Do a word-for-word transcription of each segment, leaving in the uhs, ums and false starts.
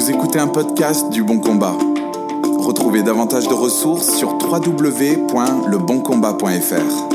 Vous écoutez un podcast du Bon Combat. Retrouvez davantage de ressources sur w w w point le bon combat point f r.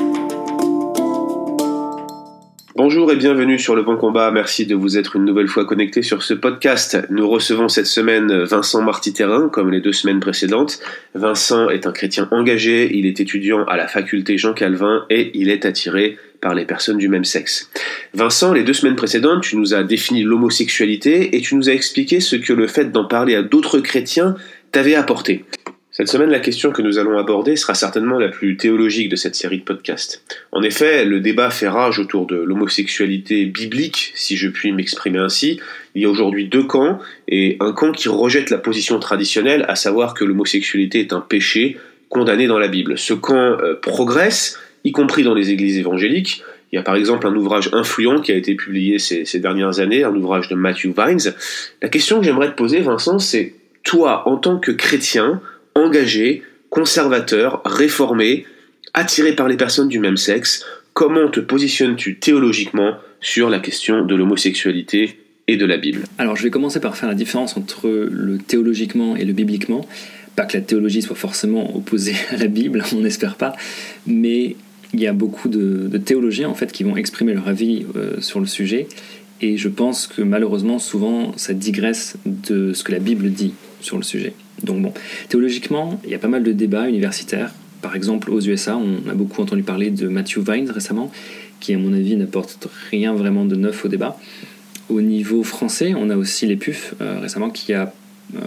Bonjour et bienvenue sur Le Bon Combat, merci de vous être une nouvelle fois connecté sur ce podcast. Nous recevons cette semaine Vincent Marty-Thérin, comme les deux semaines précédentes. Vincent est un chrétien engagé, il est étudiant à la faculté Jean Calvin et il est attiré par les personnes du même sexe. Vincent, les deux semaines précédentes, tu nous as défini l'homosexualité et tu nous as expliqué ce que le fait d'en parler à d'autres chrétiens t'avait apporté. Cette semaine, la question que nous allons aborder sera certainement la plus théologique de cette série de podcasts. En effet, le débat fait rage autour de l'homosexualité biblique, si je puis m'exprimer ainsi. Il y a aujourd'hui deux camps, et un camp qui rejette la position traditionnelle, à savoir que l'homosexualité est un péché condamné dans la Bible. Ce camp euh, progresse, y compris dans les églises évangéliques. Il y a par exemple un ouvrage influent qui a été publié ces, ces dernières années, un ouvrage de Matthew Vines. La question que j'aimerais te poser, Vincent, c'est toi, en tant que chrétien, engagé, conservateur, réformé, attiré par les personnes du même sexe, comment te positionnes-tu théologiquement sur la question de l'homosexualité et de la Bible ? Alors je vais commencer par faire la différence entre le théologiquement et le bibliquement. Pas que la théologie soit forcément opposée à la Bible, on n'espère pas, mais il y a beaucoup de, de théologiens en fait, qui vont exprimer leur avis euh, sur le sujet, et je pense que malheureusement souvent ça digresse de ce que la Bible dit sur le sujet. Donc bon, théologiquement, il y a pas mal de débats universitaires. Par exemple, aux U S A, on a beaucoup entendu parler de Matthew Vines récemment, qui à mon avis n'apporte rien vraiment de neuf au débat. Au niveau français, on a aussi les P U F euh, récemment, qui a euh,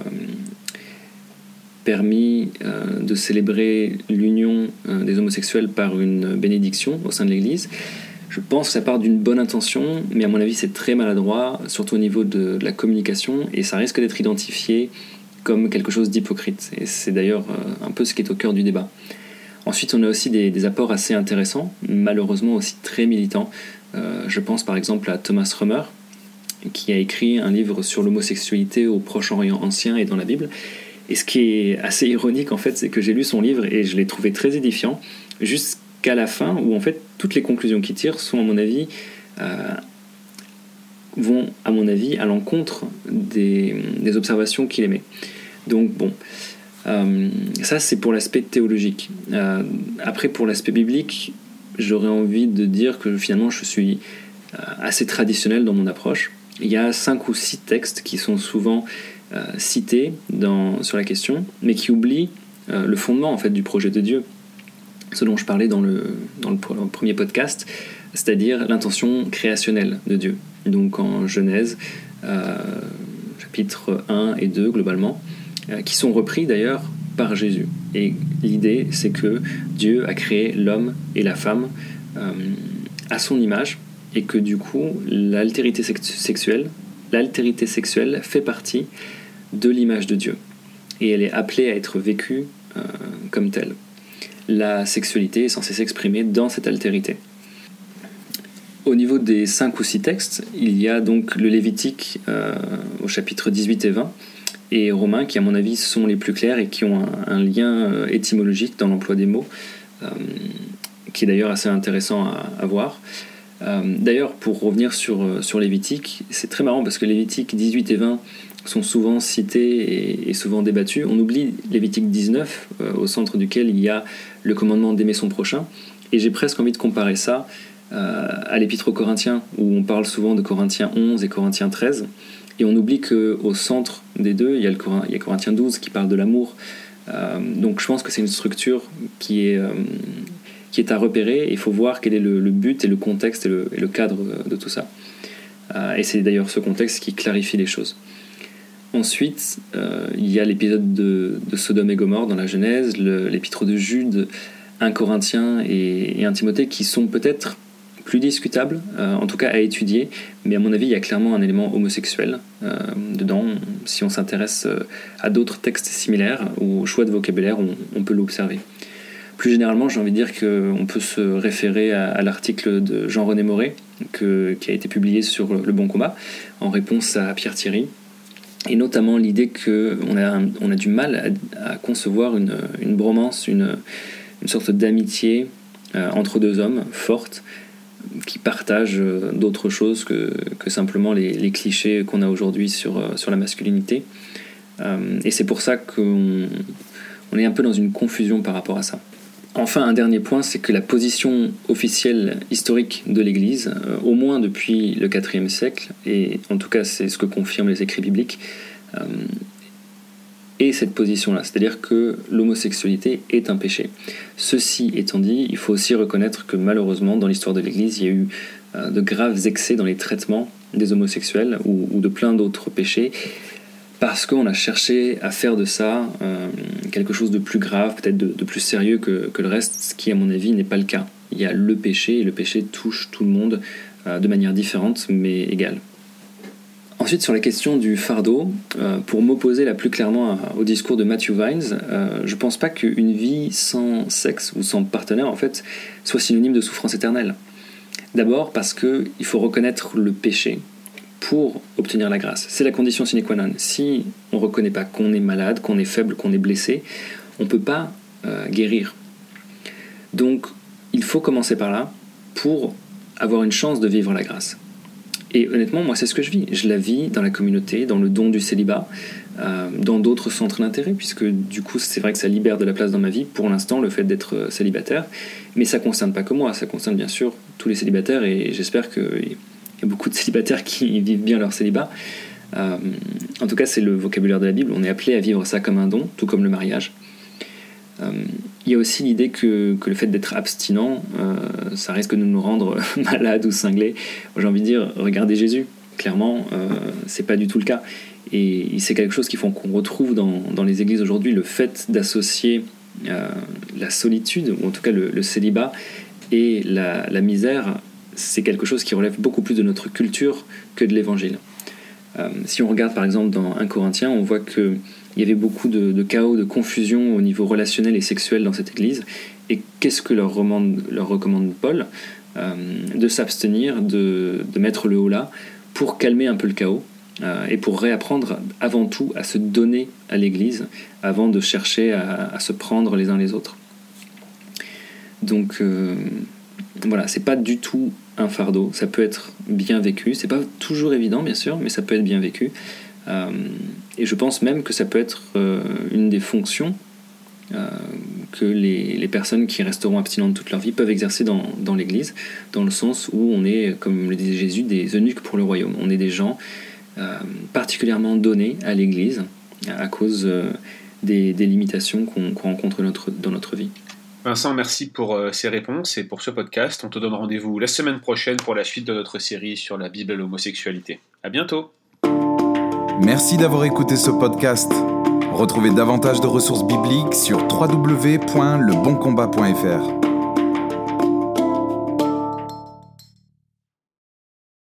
permis euh, de célébrer l'union euh, des homosexuels par une bénédiction au sein de l'Église. Je pense que ça part d'une bonne intention, mais à mon avis c'est très maladroit, surtout au niveau de, de la communication, et ça risque d'être identifié comme quelque chose d'hypocrite. Et c'est d'ailleurs euh, un peu ce qui est au cœur du débat. Ensuite, on a aussi des, des apports assez intéressants, malheureusement aussi très militants. Euh, je pense par exemple à Thomas Römer, qui a écrit un livre sur l'homosexualité au Proche-Orient ancien et dans la Bible. Et ce qui est assez ironique, en fait, c'est que j'ai lu son livre et je l'ai trouvé très édifiant, jusqu'à la fin, où en fait, toutes les conclusions qu'il tire sont, à mon avis, euh, vont, à mon avis, à l'encontre des, des observations qu'il émet. Donc, bon, euh, ça, c'est pour l'aspect théologique. Euh, après, pour l'aspect biblique, j'aurais envie de dire que, finalement, je suis euh, assez traditionnel dans mon approche. Il y a cinq ou six textes qui sont souvent euh, cités dans, sur la question, mais qui oublient euh, le fondement, en fait, du projet de Dieu, ce dont je parlais dans le, dans le premier podcast, c'est-à-dire l'intention créationnelle de Dieu. Donc en Genèse, euh, chapitre un et deux globalement, euh, qui sont repris d'ailleurs par Jésus. Et l'idée, c'est que Dieu a créé l'homme et la femme euh, à son image, et que du coup, l'altérité sexuelle, l'altérité sexuelle fait partie de l'image de Dieu. Et elle est appelée à être vécue euh, comme telle. La sexualité est censée s'exprimer dans cette altérité. Au niveau des cinq ou six textes, il y a donc le Lévitique euh, au chapitre dix-huit et vingt, et Romains qui, à mon avis, sont les plus clairs et qui ont un, un lien euh, étymologique dans l'emploi des mots, euh, qui est d'ailleurs assez intéressant à, à voir. Euh, d'ailleurs, pour revenir sur, sur Lévitique, c'est très marrant parce que Lévitique dix-huit et vingt sont souvent cités et, et souvent débattus. On oublie Lévitique dix-neuf, euh, au centre duquel il y a le commandement d'aimer son prochain, et j'ai presque envie de comparer ça euh, à l'épître aux Corinthiens, où on parle souvent de Corinthiens onze et Corinthiens treize, et on oublie qu'au centre des deux, il y a, le Corin- il y a Corinthiens douze qui parle de l'amour. Euh, donc je pense que c'est une structure qui est, euh, qui est à repérer, et il faut voir quel est le, le but et le contexte et le, et le cadre de tout ça. Euh, et c'est d'ailleurs ce contexte qui clarifie les choses. Ensuite, euh, il y a l'épisode de, de Sodome et Gomorrhe dans la Genèse, le, l'épître de Jude, un Corinthien et, et un Timothée, qui sont peut-être plus discutables, euh, en tout cas à étudier, mais à mon avis, il y a clairement un élément homosexuel euh, dedans. Si on s'intéresse à d'autres textes similaires ou au choix de vocabulaire, on, on peut l'observer. Plus généralement, j'ai envie de dire qu'on peut se référer à, à l'article de Jean-René Moret, que, qui a été publié sur Le Bon Combat, en réponse à Pierre Thierry, et notamment l'idée qu'on a, on a du mal à, à concevoir une, une bromance, une, une sorte d'amitié euh, entre deux hommes forte, qui partagent d'autres choses que, que simplement les, les clichés qu'on a aujourd'hui sur, sur la masculinité. Euh, et c'est pour ça qu'on on est un peu dans une confusion par rapport à ça. Enfin, un dernier point, c'est que la position officielle historique de l'Église, euh, au moins depuis le quatrième siècle, et en tout cas c'est ce que confirment les écrits bibliques, euh, est cette position-là, c'est-à-dire que l'homosexualité est un péché. Ceci étant dit, il faut aussi reconnaître que malheureusement, dans l'histoire de l'Église, il y a eu euh, de graves excès dans les traitements des homosexuels ou, ou de plein d'autres péchés, parce qu'on a cherché à faire de ça euh, quelque chose de plus grave, peut-être de, de plus sérieux que, que le reste, ce qui à mon avis n'est pas le cas. Il y a le péché, et le péché touche tout le monde euh, de manière différente, mais égale. Ensuite, sur la question du fardeau, euh, pour m'opposer là plus clairement à, au discours de Matthew Vines, euh, je ne pense pas qu'une vie sans sexe ou sans partenaire, en fait, soit synonyme de souffrance éternelle. D'abord parce qu'il faut reconnaître le péché pour obtenir la grâce. C'est la condition sine qua non. Si on ne reconnaît pas qu'on est malade, qu'on est faible, qu'on est blessé, on ne peut pas euh, guérir. Donc, il faut commencer par là pour avoir une chance de vivre la grâce. Et honnêtement, moi, c'est ce que je vis. Je la vis dans la communauté, dans le don du célibat, euh, dans d'autres centres d'intérêt, puisque du coup, c'est vrai que ça libère de la place dans ma vie, pour l'instant, le fait d'être célibataire. Mais ça ne concerne pas que moi, ça concerne bien sûr tous les célibataires, et j'espère qu'il y a beaucoup de célibataires qui vivent bien leur célibat. Euh, en tout cas, c'est le vocabulaire de la Bible. On est appelé à vivre ça comme un don, tout comme le mariage. Euh, il y a aussi l'idée que, que le fait d'être abstinent, euh, ça risque de nous rendre malades ou cinglés. J'ai envie de dire, regardez Jésus. Clairement, euh, c'est pas du tout le cas. Et c'est quelque chose qu'il faut qu'on retrouve dans, dans les églises aujourd'hui, le fait d'associer euh, la solitude, ou en tout cas le, le célibat, et la, la misère. C'est quelque chose qui relève beaucoup plus de notre culture que de l'évangile. Euh, si on regarde par exemple dans un Corinthiens, on voit qu'il y avait beaucoup de, de chaos, de confusion au niveau relationnel et sexuel dans cette église. Et qu'est-ce que leur, recommande, leur recommande Paul ? euh, De s'abstenir, de, de mettre le haut là, pour calmer un peu le chaos, euh, et pour réapprendre avant tout à se donner à l'église, avant de chercher à, à se prendre les uns les autres. Donc euh, voilà, c'est pas du tout un fardeau, ça peut être bien vécu, c'est pas toujours évident bien sûr, mais ça peut être bien vécu, euh, et je pense même que ça peut être euh, une des fonctions euh, que les, les personnes qui resteront abstinentes toute leur vie peuvent exercer dans, dans l'église, dans le sens où on est, comme le disait Jésus, des eunuques pour le royaume. On est des gens euh, particulièrement donnés à l'église à cause euh, des, des limitations qu'on, qu'on rencontre notre, dans notre vie. Vincent, merci pour euh, ces réponses et pour ce podcast. On te donne rendez-vous la semaine prochaine pour la suite de notre série sur la Bible et l'homosexualité. À bientôt. Merci d'avoir écouté ce podcast. Retrouvez davantage de ressources bibliques sur w w w point le bon combat point f r.